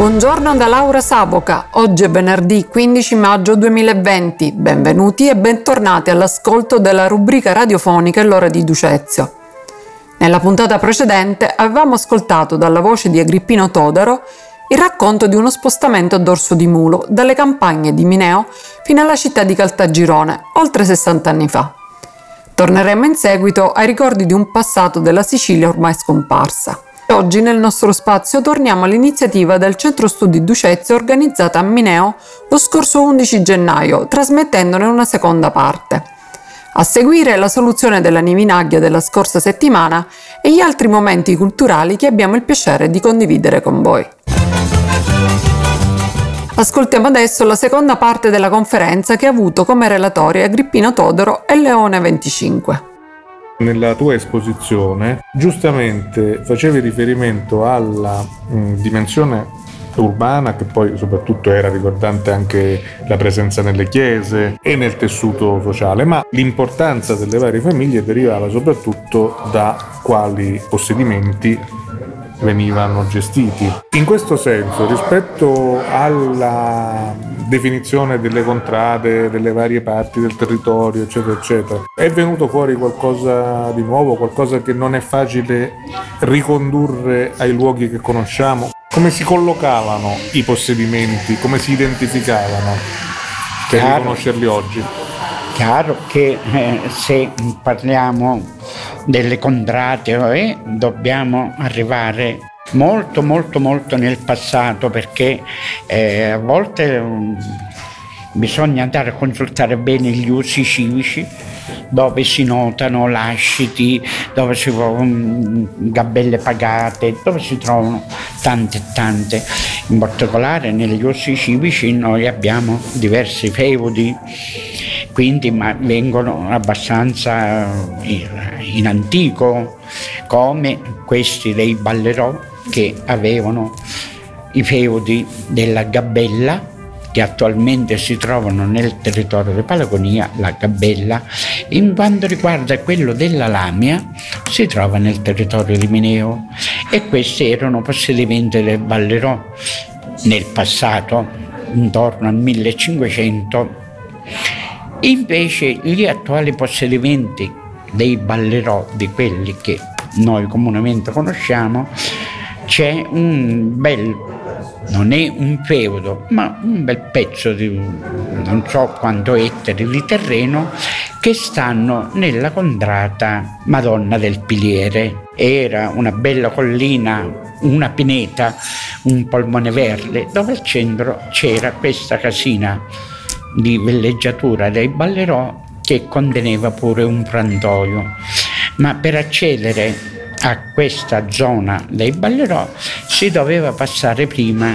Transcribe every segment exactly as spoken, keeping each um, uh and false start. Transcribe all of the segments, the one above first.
Buongiorno da Laura Savoca, oggi è venerdì quindici maggio duemilaventi, benvenuti e bentornati all'ascolto della rubrica radiofonica L'ora di Ducezio. Nella puntata precedente avevamo ascoltato dalla voce di Agrippino Todaro il racconto di uno spostamento a dorso di mulo dalle campagne di Mineo fino alla città di Caltagirone, oltre sessanta anni fa. Torneremo in seguito ai ricordi di un passato della Sicilia ormai scomparsa. Oggi nel nostro spazio torniamo all'iniziativa del Centro Studi Ducezio organizzata a Mineo lo scorso undici gennaio, trasmettendone una seconda parte. A seguire la soluzione della Nivinaglia della scorsa settimana e gli altri momenti culturali che abbiamo il piacere di condividere con voi. Ascoltiamo adesso la seconda parte della conferenza che ha avuto come relatori Agrippino Todaro e Leone venticinque. Nella tua esposizione giustamente facevi riferimento alla mh, dimensione urbana, che poi soprattutto era riguardante anche la presenza nelle chiese e nel tessuto sociale, ma l'importanza delle varie famiglie derivava soprattutto da quali possedimenti venivano gestiti. In questo senso, rispetto alla definizione delle contrade, delle varie parti del territorio, eccetera, eccetera, è venuto fuori qualcosa di nuovo, qualcosa che non è facile ricondurre ai luoghi che conosciamo? Come si collocavano i possedimenti, come si identificavano per chiaro, riconoscerli oggi? Chiaro che eh, se parliamo delle contrade eh, dobbiamo arrivare molto molto molto nel passato, perché eh, a volte um, bisogna andare a consultare bene gli usi civici, dove si notano lasciti, dove si trovano gabelle pagate, dove si trovano tante e tante. In particolare negli usi civici noi abbiamo diversi feudi, quindi ma vengono abbastanza in antico, come questi dei Ballerò, che avevano i feudi della Gabella, che attualmente si trovano nel territorio di Palagonia, la Gabella. In quanto riguarda quello della Lamia, si trova nel territorio di Mineo, e questi erano possedimenti del Ballerò nel passato, intorno al millecinquecento. Invece gli attuali possedimenti dei Ballerò, di quelli che noi comunemente conosciamo, c'è un bel, non è un feudo, ma un bel pezzo di non so quanto ettari di terreno che stanno nella contrada Madonna del Piliere. Era una bella collina, una pineta, un polmone verde, dove al centro c'era questa casina di villeggiatura dei Ballerò che conteneva pure un frantoio. Ma per accedere a questa zona dei Ballerò si doveva passare prima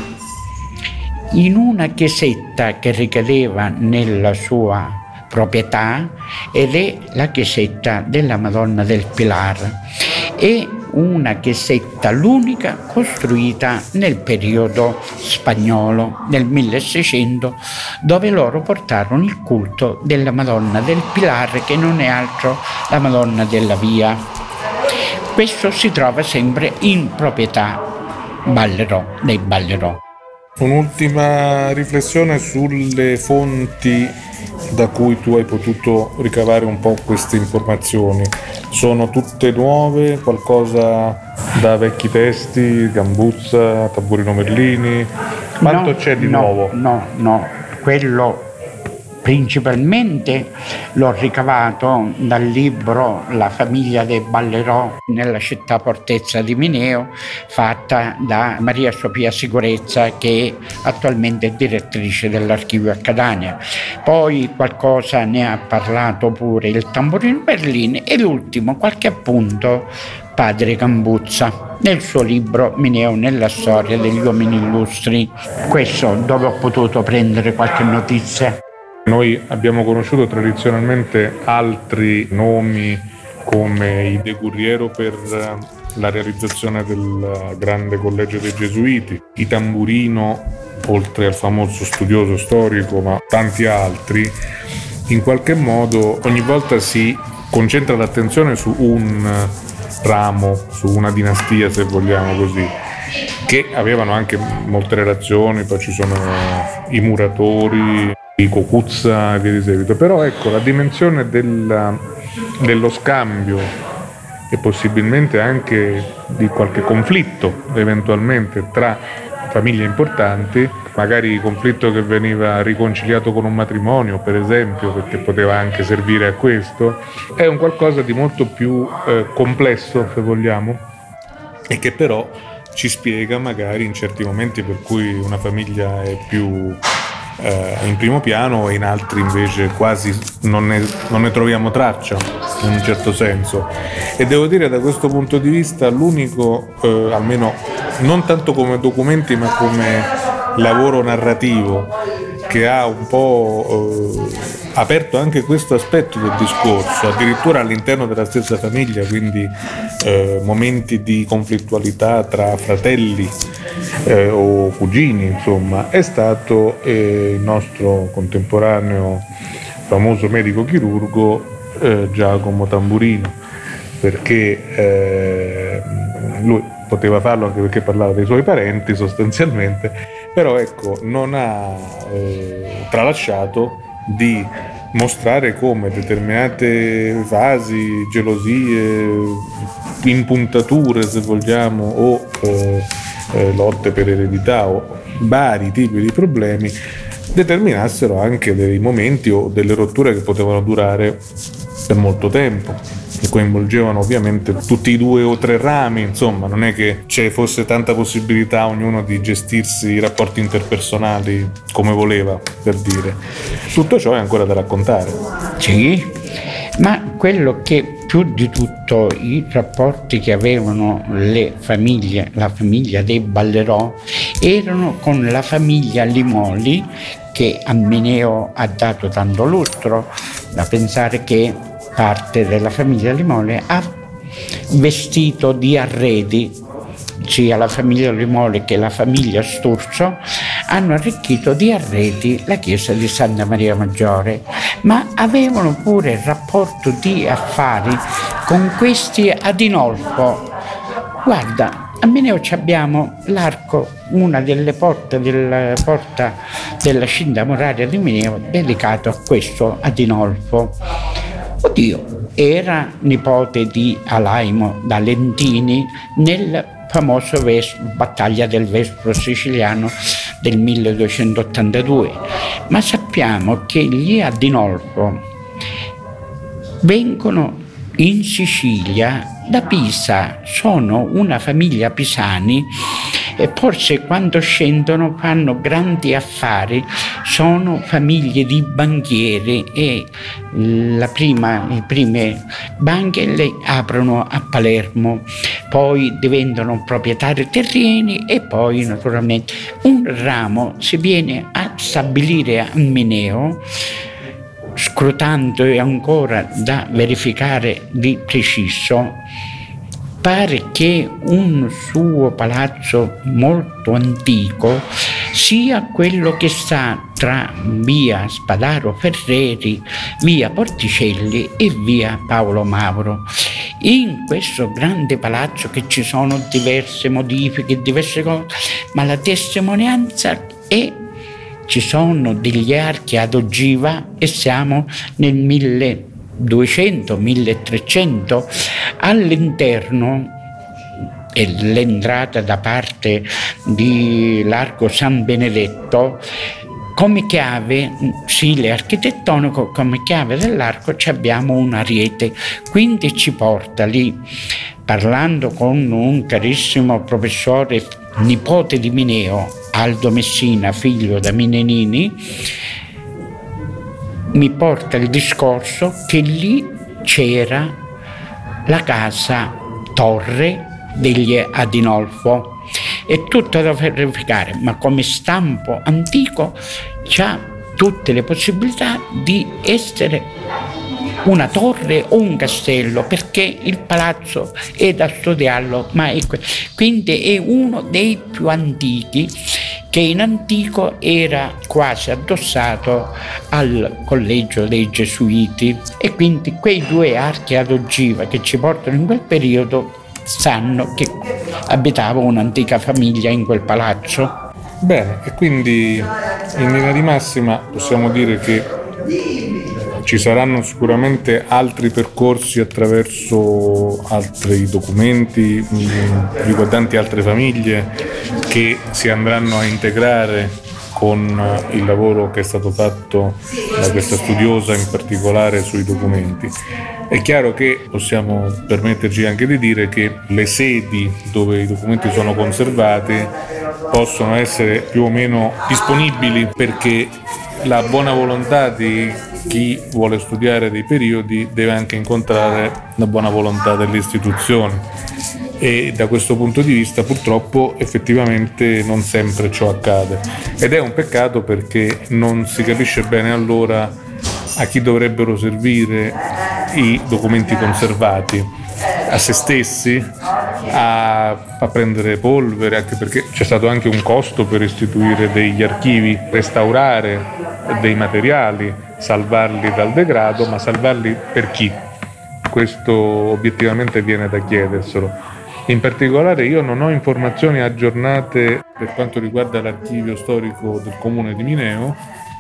in una chiesetta che ricadeva nella sua proprietà, ed è la chiesetta della Madonna del Pilar. È una chiesetta, l'unica costruita nel periodo spagnolo, nel milleseicento, dove loro portarono il culto della Madonna del Pilar, che non è altro la Madonna della Via. Questo si trova sempre in proprietà Ballerò, dei Ballerò. Un'ultima riflessione sulle fonti da cui tu hai potuto ricavare un po' queste informazioni. Sono tutte nuove, qualcosa da vecchi testi, Gambuzza, Tamburino Merlini? Quanto no, c'è di no, nuovo? No, no, quello principalmente l'ho ricavato dal libro La famiglia dei Ballerò nella città fortezza di Mineo, fatta da Maria Sofia Sicurezza, che attualmente è direttrice dell'archivio a Catania. Poi qualcosa ne ha parlato pure il Tamburino Merlini, e l'ultimo qualche appunto padre Gambuzza nel suo libro Mineo nella storia degli uomini illustri. Questo dove ho potuto prendere qualche notizia. Noi abbiamo conosciuto tradizionalmente altri nomi come i De Gurriero per la realizzazione del grande collegio dei Gesuiti, i Tamburino, oltre al famoso studioso storico, ma tanti altri. In qualche modo ogni volta si concentra l'attenzione su un ramo, su una dinastia, se vogliamo così. che avevano anche molte relazioni, poi ci sono i muratori, i Cocuzza e via di seguito, però ecco la dimensione della, dello scambio e possibilmente anche di qualche conflitto eventualmente tra famiglie importanti, magari conflitto che veniva riconciliato con un matrimonio per esempio, perché poteva anche servire a questo, è un qualcosa di molto più eh, complesso, se vogliamo, e che però ci spiega magari in certi momenti per cui una famiglia è più eh, in primo piano e in altri invece quasi non ne, non ne troviamo traccia in un certo senso. E devo dire da questo punto di vista l'unico, eh, almeno non tanto come documenti ma come lavoro narrativo, che ha un po' eh, aperto anche questo aspetto del discorso, addirittura all'interno della stessa famiglia, quindi eh, momenti di conflittualità tra fratelli eh, o cugini, insomma, è stato eh, il nostro contemporaneo famoso medico chirurgo eh, Giacomo Tamburino, perché eh, lui poteva farlo anche perché parlava dei suoi parenti sostanzialmente, però ecco non ha eh, tralasciato di mostrare come determinate fasi, gelosie, impuntature se vogliamo, o eh, eh, lotte per eredità o vari tipi di problemi determinassero anche dei momenti o delle rotture che potevano durare per molto tempo, che coinvolgevano ovviamente tutti i due o tre rami, insomma non è che ci fosse tanta possibilità a ognuno di gestirsi i rapporti interpersonali come voleva, per dire. Tutto ciò è ancora da raccontare. Sì, ma quello che più di tutto i rapporti che avevano le famiglie, la famiglia dei Ballerò, erano con la famiglia Limoli, che a Mineo ha dato tanto lustro, da pensare che parte della famiglia Limole ha vestito di arredi, sia la famiglia Limole che la famiglia Sturzo hanno arricchito di arredi la chiesa di Santa Maria Maggiore, ma avevano pure rapporto di affari con questi Adinolfo. Guarda, a Mineo abbiamo l'arco, una delle porte della porta della cinta muraria di Mineo, dedicato a questo Adinolfo. Oddio, era nipote di Alaimo da Lentini nel famoso Ves- battaglia del Vespro siciliano del milleduecentottantadue, ma sappiamo che gli Adinolfo vengono in Sicilia da Pisa, sono una famiglia pisani e forse quando scendono fanno grandi affari, sono famiglie di banchieri e la prima, le prime banche le aprono a Palermo, poi diventano proprietari terreni e poi naturalmente un ramo si viene a stabilire a Mineo, scrutando è ancora da verificare di preciso. Pare che un suo palazzo molto antico sia quello che sta tra via Spadaro Ferreri, via Porticelli e via Paolo Mauro. In questo grande palazzo, che ci sono diverse modifiche, diverse cose, ma la testimonianza è: ci sono degli archi ad ogiva e siamo nel milleduecento milletrecento. All'interno e l'entrata da parte di Largo San Benedetto, come chiave, stile architettonico, come chiave dell'arco abbiamo un ariete, quindi ci porta lì. Parlando con un carissimo professore nipote di Mineo, Aldo Messina, figlio da Minenini, mi porta il discorso che lì c'era la casa torre degli Adinolfo. È tutto da verificare, ma come stampo antico c'ha tutte le possibilità di essere una torre o un castello, perché il palazzo è da studiarlo, ma è que- quindi è uno dei più antichi, che in antico era quasi addossato al collegio dei Gesuiti, e quindi quei due archi ad ogiva che ci portano in quel periodo sanno che abitava un'antica famiglia in quel palazzo. Bene, e quindi in linea di massima possiamo dire che ci saranno sicuramente altri percorsi attraverso altri documenti mh, riguardanti altre famiglie che si andranno a integrare con il lavoro che è stato fatto da questa studiosa, in particolare sui documenti. È chiaro che possiamo permetterci anche di dire che le sedi dove i documenti sono conservati possono essere più o meno disponibili, perché la buona volontà di chi vuole studiare dei periodi deve anche incontrare la buona volontà delle istituzioni, e da questo punto di vista purtroppo effettivamente non sempre ciò accade, ed è un peccato, perché non si capisce bene allora a chi dovrebbero servire i documenti conservati: a se stessi, a, a prendere polvere, anche perché c'è stato anche un costo per istituire degli archivi, restaurare dei materiali, salvarli dal degrado, ma salvarli per chi? Questo obiettivamente viene da chiederselo. In particolare io non ho informazioni aggiornate per quanto riguarda l'archivio storico del comune di Mineo,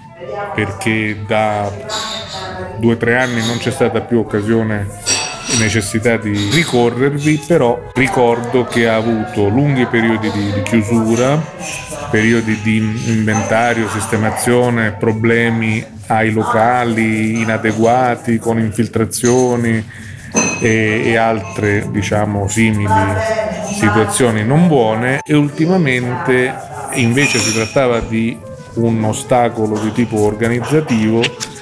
perché da due o tre anni non c'è stata più occasione e necessità di ricorrervi, però ricordo che ha avuto lunghi periodi di, di chiusura, periodi di inventario, sistemazione, problemi ai locali inadeguati con infiltrazioni e, e altre, diciamo, simili situazioni non buone, e ultimamente invece si trattava di un ostacolo di tipo organizzativo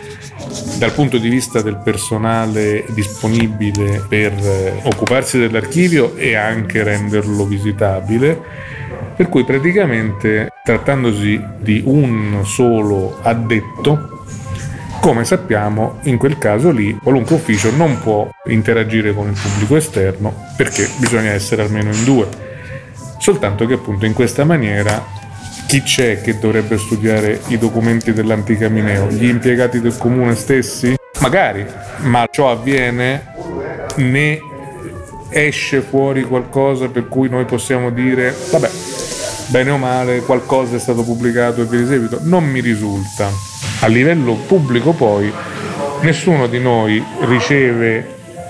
dal punto di vista del personale disponibile per occuparsi dell'archivio e anche renderlo visitabile, per cui praticamente, trattandosi di un solo addetto, come sappiamo in quel caso lì qualunque ufficio non può interagire con il pubblico esterno, perché bisogna essere almeno in due, soltanto che appunto in questa maniera chi c'è che dovrebbe studiare i documenti dell'antica Mineo? Gli impiegati del comune stessi? Magari, ma ciò avviene? Ne esce fuori qualcosa per cui noi possiamo dire vabbè, bene o male qualcosa è stato pubblicato e via di seguito? Non mi risulta. A livello pubblico poi nessuno di noi riceve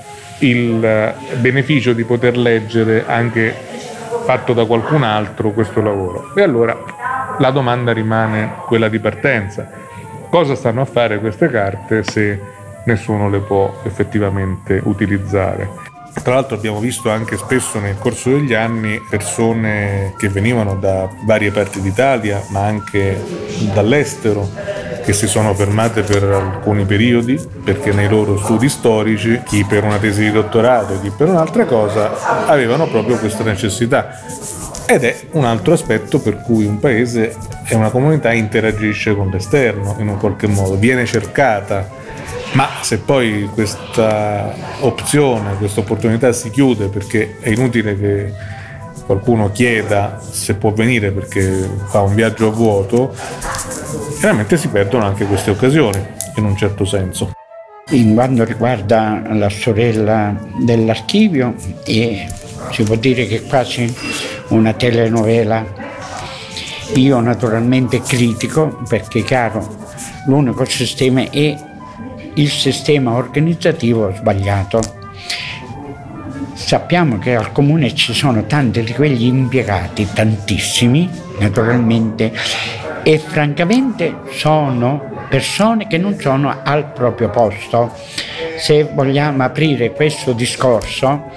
il beneficio di poter leggere, anche fatto da qualcun altro, questo lavoro. E allora la domanda rimane quella di partenza: cosa stanno a fare queste carte se nessuno le può effettivamente utilizzare? Tra l'altro abbiamo visto anche spesso nel corso degli anni persone che venivano da varie parti d'Italia, ma anche dall'estero, che si sono fermate per alcuni periodi perché nei loro studi storici, chi per una tesi di dottorato, chi per un'altra cosa, avevano proprio questa necessità. Ed è un altro aspetto per cui un paese e una comunità interagisce con l'esterno in un qualche modo, viene cercata. Ma se poi questa opzione, questa opportunità si chiude perché è inutile che qualcuno chieda se può venire perché fa un viaggio a vuoto, chiaramente si perdono anche queste occasioni, in un certo senso. In quanto riguarda la sorella dell'archivio, e si può dire che è quasi una telenovela. Io naturalmente critico, perché chiaro, l'unico sistema è il sistema organizzativo sbagliato. Sappiamo che al comune ci sono tanti di quegli impiegati, tantissimi naturalmente, e francamente sono persone che non sono al proprio posto. Se vogliamo aprire questo discorso,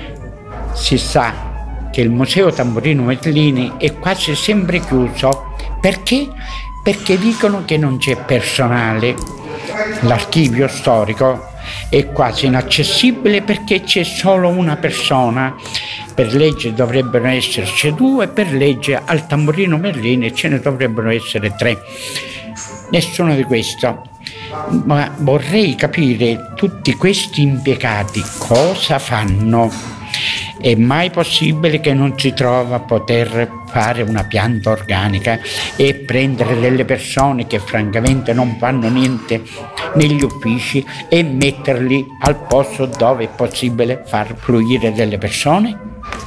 si sa che il Museo Tamburino Merlini è quasi sempre chiuso. Perché? Perché dicono che non c'è personale. L'archivio storico è quasi inaccessibile perché c'è solo una persona. Per legge dovrebbero esserci due, per legge al Tamburino Merlini ce ne dovrebbero essere tre. Nessuno di questo. Ma vorrei capire tutti questi impiegati cosa fanno. è mai possibile che non si trova a poter fare una pianta organica e prendere delle persone che francamente non fanno niente negli uffici e metterli al posto dove è possibile far fluire delle persone?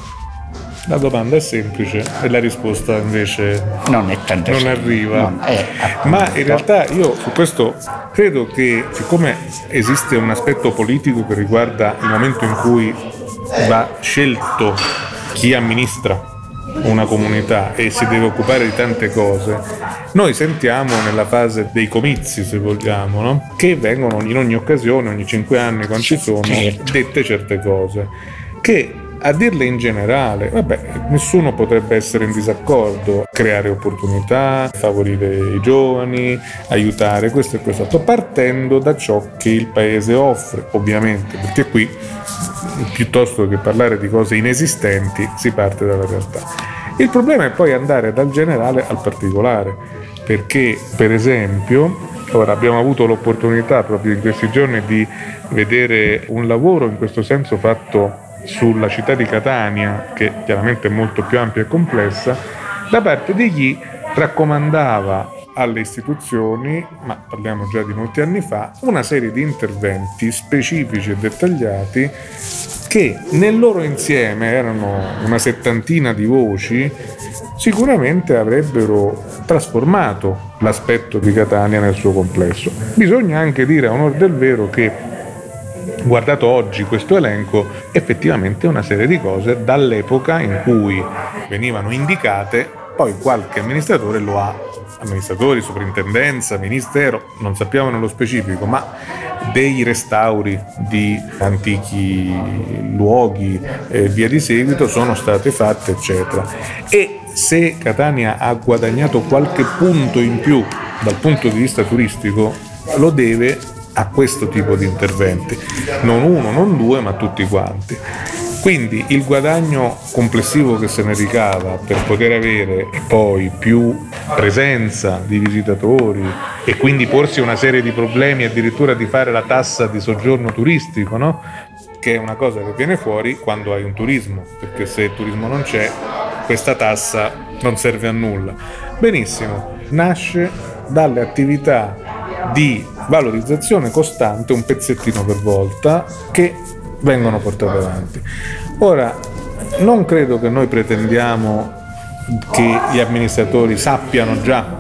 La domanda è semplice e la risposta invece non, è tanto non arriva. Non è Ma in realtà io su questo credo che, siccome esiste un aspetto politico che riguarda il momento in cui va scelto chi amministra una comunità e si deve occupare di tante cose, noi sentiamo nella fase dei comizi, se vogliamo, no? Che vengono in ogni occasione, ogni cinque anni quando ci sono, certo, dette certe cose che, a dirle in generale, vabbè, nessuno potrebbe essere in disaccordo: creare opportunità, favorire i giovani, aiutare questo e quest'altro, partendo da ciò che il paese offre, ovviamente, perché qui, piuttosto che parlare di cose inesistenti, si parte dalla realtà. Il problema è poi andare dal generale al particolare, perché, per esempio, ora abbiamo avuto l'opportunità proprio in questi giorni di vedere un lavoro in questo senso fatto sulla città di Catania, che chiaramente è molto più ampia e complessa, da parte di chi raccomandava alle istituzioni, ma parliamo già di molti anni fa, una serie di interventi specifici e dettagliati che nel loro insieme, erano una settantina di voci, sicuramente avrebbero trasformato l'aspetto di Catania nel suo complesso. Bisogna anche dire a onor del vero che, guardato oggi questo elenco, effettivamente una serie di cose dall'epoca in cui venivano indicate, poi qualche amministratore lo ha, amministratori, soprintendenza, ministero, non sappiamo nello specifico, ma dei restauri di antichi luoghi e via di seguito sono state fatte, eccetera. E se Catania ha guadagnato qualche punto in più dal punto di vista turistico, lo deve a questo tipo di interventi, non uno, non due, ma tutti quanti. Quindi il guadagno complessivo che se ne ricava per poter avere poi più presenza di visitatori e quindi porsi una serie di problemi, addirittura di fare la tassa di soggiorno turistico, no? Che è una cosa che viene fuori quando hai un turismo, perché se il turismo non c'è, questa tassa non serve a nulla. Benissimo, nasce dalle attività di valorizzazione costante, un pezzettino per volta, che vengono portate avanti. Ora, non credo che noi pretendiamo che gli amministratori sappiano già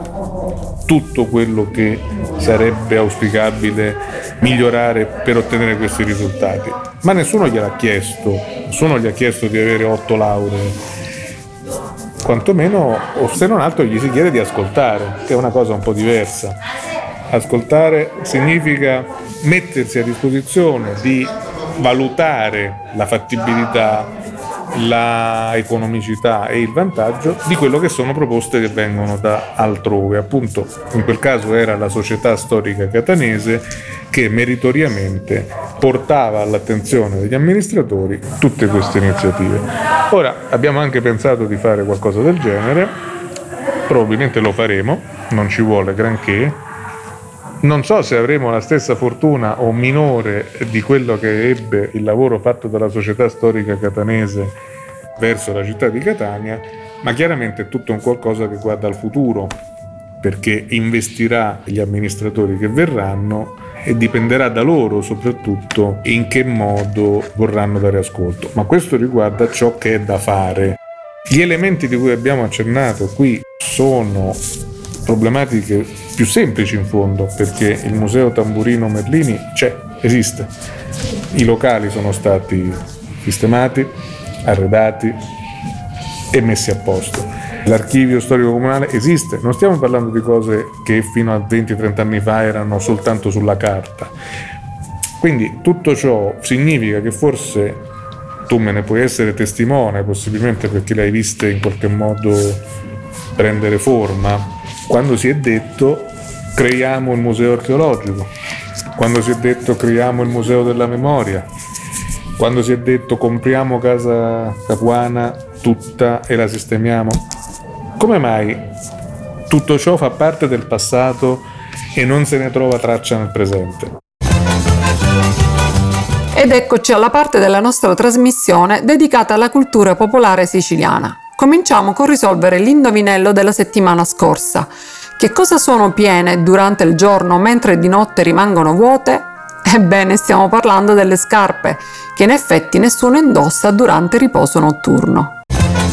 tutto quello che sarebbe auspicabile migliorare per ottenere questi risultati, ma nessuno gliel'ha chiesto, nessuno gli ha chiesto di avere otto lauree, quantomeno, o se non altro gli si chiede di ascoltare, che è una cosa un po' diversa. Ascoltare significa mettersi a disposizione di valutare la fattibilità, la economicità e il vantaggio di quello che sono proposte che vengono da altrove. Appunto, in quel caso era la Società Storica Catanese che meritoriamente portava all'attenzione degli amministratori tutte queste iniziative. Ora abbiamo anche pensato di fare qualcosa del genere, probabilmente lo faremo, non ci vuole granché. Non so se avremo la stessa fortuna o minore di quello che ebbe il lavoro fatto dalla Società Storica Catanese verso la città di Catania, ma chiaramente è tutto un qualcosa che guarda al futuro, perché investirà gli amministratori che verranno e dipenderà da loro soprattutto in che modo vorranno dare ascolto. Ma questo riguarda ciò che è da fare. Gli elementi di cui abbiamo accennato qui sono problematiche più semplici in fondo, perché il Museo Tamburino Merlini c'è, esiste. I locali sono stati sistemati, arredati e messi a posto. L'archivio storico comunale esiste, non stiamo parlando di cose che fino a venti trenta anni fa erano soltanto sulla carta. Quindi tutto ciò significa che forse tu me ne puoi essere testimone, possibilmente perché le hai viste in qualche modo prendere forma, quando si è detto creiamo il museo archeologico, quando si è detto creiamo il museo della memoria, quando si è detto compriamo casa Capuana tutta e la sistemiamo. Come mai tutto ciò fa parte del passato e non se ne trova traccia nel presente? Ed eccoci alla parte della nostra trasmissione dedicata alla cultura popolare siciliana. Cominciamo con risolvere l'indovinello della settimana scorsa. Che cosa sono piene durante il giorno mentre di notte rimangono vuote? Ebbene, stiamo parlando delle scarpe, che in effetti nessuno indossa durante il riposo notturno.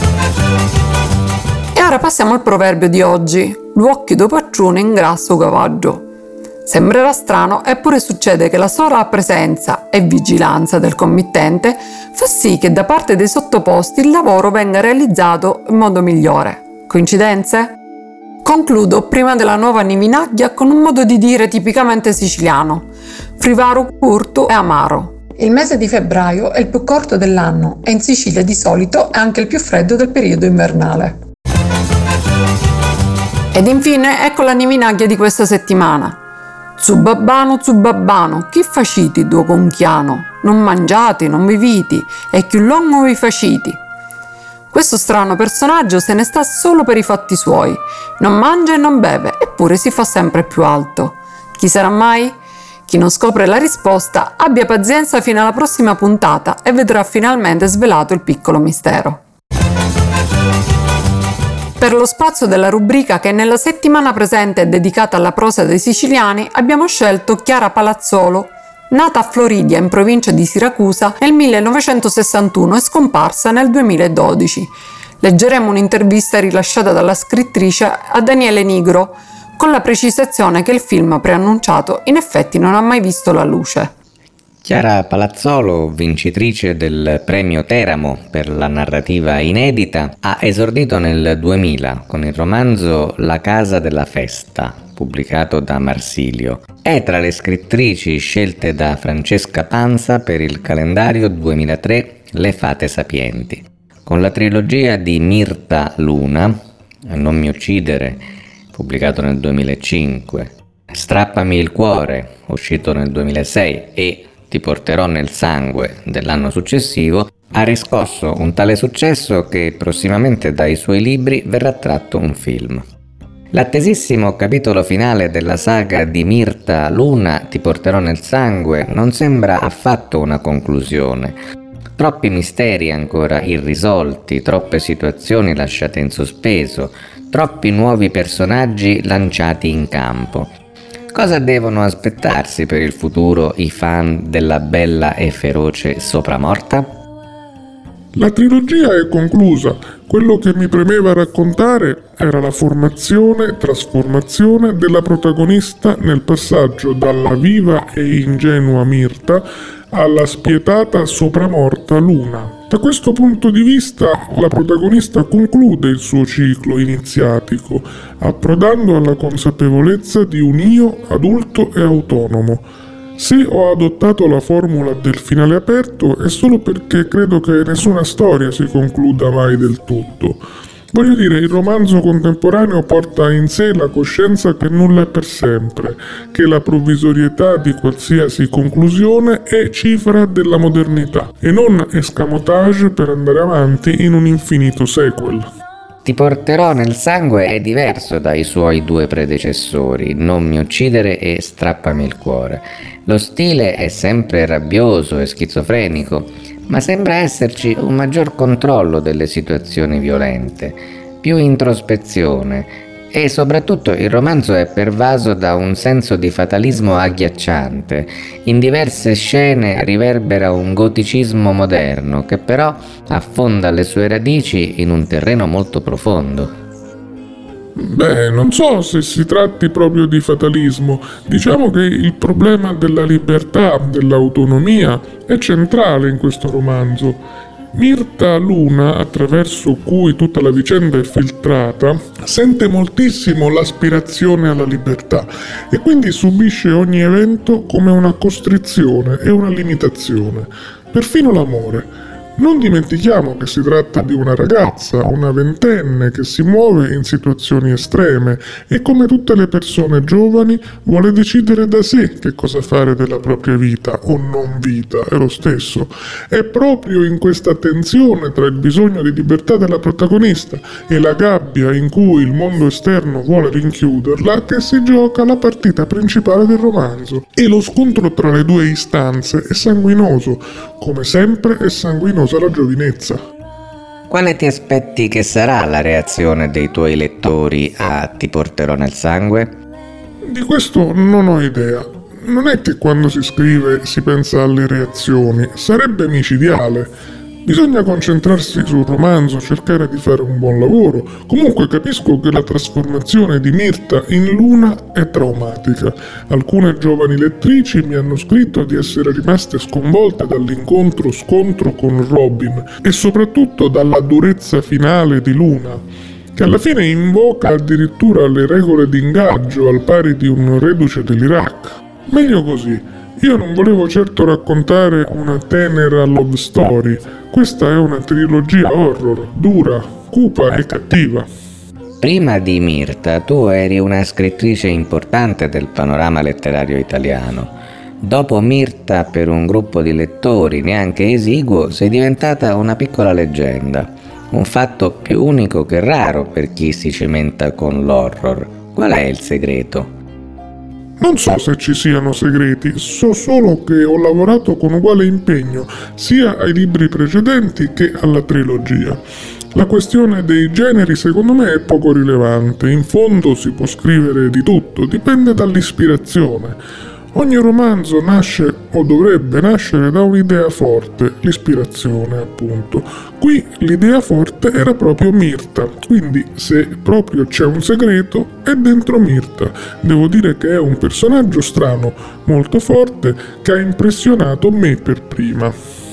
E ora passiamo al proverbio di oggi. L'uocchio do paccione ingrassa o cavaggio. Sembrerà strano, eppure succede che la sola presenza e vigilanza del committente fa sì che da parte dei sottoposti il lavoro venga realizzato in modo migliore. Coincidenze? Concludo prima della nuova Niminaglia con un modo di dire tipicamente siciliano. Frivaru curto e amaro. Il mese di febbraio è il più corto dell'anno e in Sicilia di solito è anche il più freddo del periodo invernale. Ed infine ecco la Niminaglia di questa settimana. Zubabbano, zubabbano, chi faciti duo conchiano? Non mangiati, non viviti, e più longo vi faciti. Questo strano personaggio se ne sta solo per i fatti suoi, non mangia e non beve, eppure si fa sempre più alto. Chi sarà mai? Chi non scopre la risposta abbia pazienza fino alla prossima puntata e vedrà finalmente svelato il piccolo mistero. Per lo spazio della rubrica che nella settimana presente è dedicata alla prosa dei siciliani, abbiamo scelto Chiara Palazzolo, nata a Floridia in provincia di Siracusa nel millenovecentosessantuno e scomparsa nel duemiladodici. Leggeremo un'intervista rilasciata dalla scrittrice a Daniele Nigro, con la precisazione che il film preannunciato in effetti non ha mai visto la luce. Chiara Palazzolo, vincitrice del premio Teramo per la narrativa inedita, ha esordito nel duemila con il romanzo La casa della festa, pubblicato da Marsilio. È tra le scrittrici scelte da Francesca Panza per il calendario duemilatré Le fate sapienti. Con la trilogia di Mirta Luna, Non mi uccidere, pubblicato nel duemilacinque, Strappami il cuore, uscito nel duemilasei, e Ti porterò nel sangue dell'anno successivo, ha riscosso un tale successo che prossimamente dai suoi libri verrà tratto un film. L'attesissimo capitolo finale della saga di Mirta Luna, Ti porterò nel sangue, non sembra affatto una conclusione. Troppi misteri ancora irrisolti, troppe situazioni lasciate in sospeso, troppi nuovi personaggi lanciati in campo. Cosa devono aspettarsi per il futuro i fan della bella e feroce Sopramorta? La trilogia è conclusa. Quello che mi premeva raccontare era la formazione e trasformazione della protagonista nel passaggio dalla viva e ingenua Mirta alla spietata Sopramorta Luna. Da questo punto di vista, la protagonista conclude il suo ciclo iniziatico, approdando alla consapevolezza di un io adulto e autonomo. Se ho adottato la formula del finale aperto è solo perché credo che nessuna storia si concluda mai del tutto. Voglio dire, il romanzo contemporaneo porta in sé la coscienza che nulla è per sempre, che la provvisorietà di qualsiasi conclusione è cifra della modernità e non escamotage per andare avanti in un infinito sequel. Ti porterò nel sangue è diverso dai suoi due predecessori, Non mi uccidere e Strappami il cuore. Lo stile è sempre rabbioso e schizofrenico, ma sembra esserci un maggior controllo delle situazioni violente, più introspezione e soprattutto il romanzo è pervaso da un senso di fatalismo agghiacciante. In diverse scene riverbera un goticismo moderno che però affonda le sue radici in un terreno molto profondo. Beh, non so se si tratti proprio di fatalismo. Diciamo che il problema della libertà, dell'autonomia, è centrale in questo romanzo. Mirta Luna, attraverso cui tutta la vicenda è filtrata, sente moltissimo l'aspirazione alla libertà e quindi subisce ogni evento come una costrizione e una limitazione, perfino l'amore. Non dimentichiamo che si tratta di una ragazza, una ventenne che si muove in situazioni estreme e come tutte le persone giovani vuole decidere da sé che cosa fare della propria vita o non vita, è lo stesso. È proprio in questa tensione tra il bisogno di libertà della protagonista e la gabbia in cui il mondo esterno vuole rinchiuderla che si gioca la partita principale del romanzo. E lo scontro tra le due istanze è sanguinoso, come sempre è sanguinosa la giovinezza. Quale ti aspetti che sarà la reazione dei tuoi lettori a Ti porterò nel sangue? Di questo non ho idea. Non è che quando si scrive si pensa alle reazioni, sarebbe micidiale. Bisogna concentrarsi sul romanzo, cercare di fare un buon lavoro. Comunque capisco che la trasformazione di Mirta in Luna è traumatica. Alcune giovani lettrici mi hanno scritto di essere rimaste sconvolte dall'incontro-scontro con Robin e soprattutto dalla durezza finale di Luna, che alla fine invoca addirittura le regole di ingaggio al pari di un reduce dell'Iraq. Meglio così. Io non volevo certo raccontare una tenera love story. Questa è una trilogia horror, dura, cupa e cattiva. Prima di Mirta, tu eri una scrittrice importante del panorama letterario italiano. Dopo Mirta, per un gruppo di lettori neanche esiguo, sei diventata una piccola leggenda. Un fatto più unico che raro per chi si cimenta con l'horror. Qual è il segreto? Non so se ci siano segreti, so solo che ho lavorato con uguale impegno sia ai libri precedenti che alla trilogia. La questione dei generi secondo me è poco rilevante, in fondo si può scrivere di tutto, dipende dall'ispirazione. Ogni romanzo nasce o dovrebbe nascere da un'idea forte, l'ispirazione appunto. Qui l'idea forte era proprio Mirta, quindi se proprio c'è un segreto è dentro Mirta. Devo dire che è un personaggio strano, molto forte, che ha impressionato me per prima.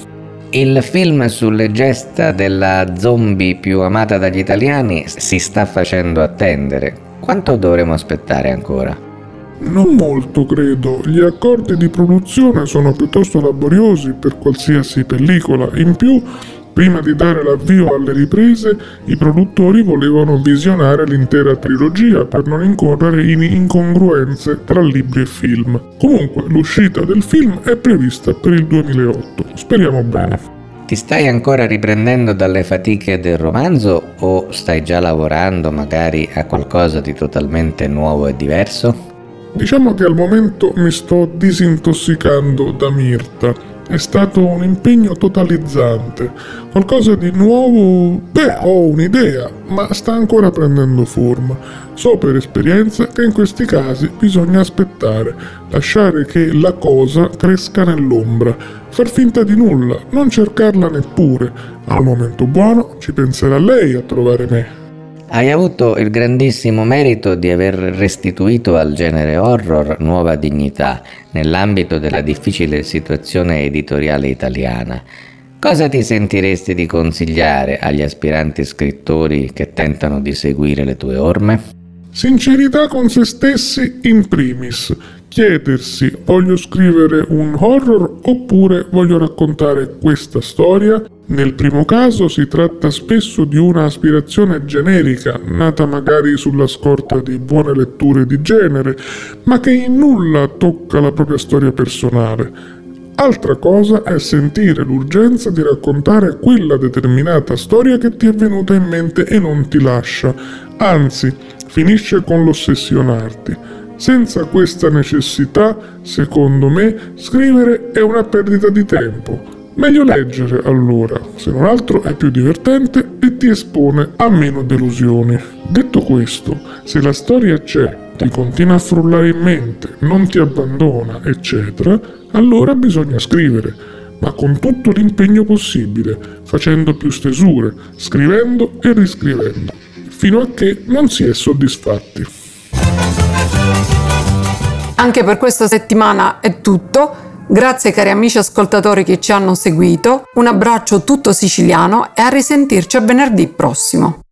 Il film sulle gesta della zombie più amata dagli italiani si sta facendo attendere. Quanto dovremo aspettare ancora? Non molto, credo. Gli accordi di produzione sono piuttosto laboriosi per qualsiasi pellicola. In più, prima di dare l'avvio alle riprese, i produttori volevano visionare l'intera trilogia per non incorrere in incongruenze tra libri e film. Comunque, l'uscita del film è prevista per il duemilaotto. Speriamo bene. Ti stai ancora riprendendo dalle fatiche del romanzo o stai già lavorando magari a qualcosa di totalmente nuovo e diverso? Diciamo che al momento mi sto disintossicando da Mirta. È stato un impegno totalizzante. Qualcosa di nuovo? Beh, ho un'idea, ma sta ancora prendendo forma. So per esperienza che in questi casi bisogna aspettare, lasciare che la cosa cresca nell'ombra, far finta di nulla, non cercarla neppure. Al momento buono ci penserà lei a trovare me. Hai avuto il grandissimo merito di aver restituito al genere horror nuova dignità nell'ambito della difficile situazione editoriale italiana. Cosa ti sentiresti di consigliare agli aspiranti scrittori che tentano di seguire le tue orme? Sincerità con se stessi in primis. Chiedersi: voglio scrivere un horror oppure voglio raccontare questa storia? Nel primo caso si tratta spesso di una aspirazione generica, nata magari sulla scorta di buone letture di genere, ma che in nulla tocca la propria storia personale. Altra cosa è sentire l'urgenza di raccontare quella determinata storia che ti è venuta in mente e non ti lascia, anzi, finisce con l'ossessionarti. Senza questa necessità, secondo me, scrivere è una perdita di tempo. Meglio leggere, allora, se non altro è più divertente e ti espone a meno delusioni. Detto questo, se la storia c'è, ti continua a frullare in mente, non ti abbandona, eccetera, allora bisogna scrivere, ma con tutto l'impegno possibile, facendo più stesure, scrivendo e riscrivendo, fino a che non si è soddisfatti. Anche per questa settimana è tutto. Grazie cari amici ascoltatori che ci hanno seguito, un abbraccio tutto siciliano e a risentirci a venerdì prossimo.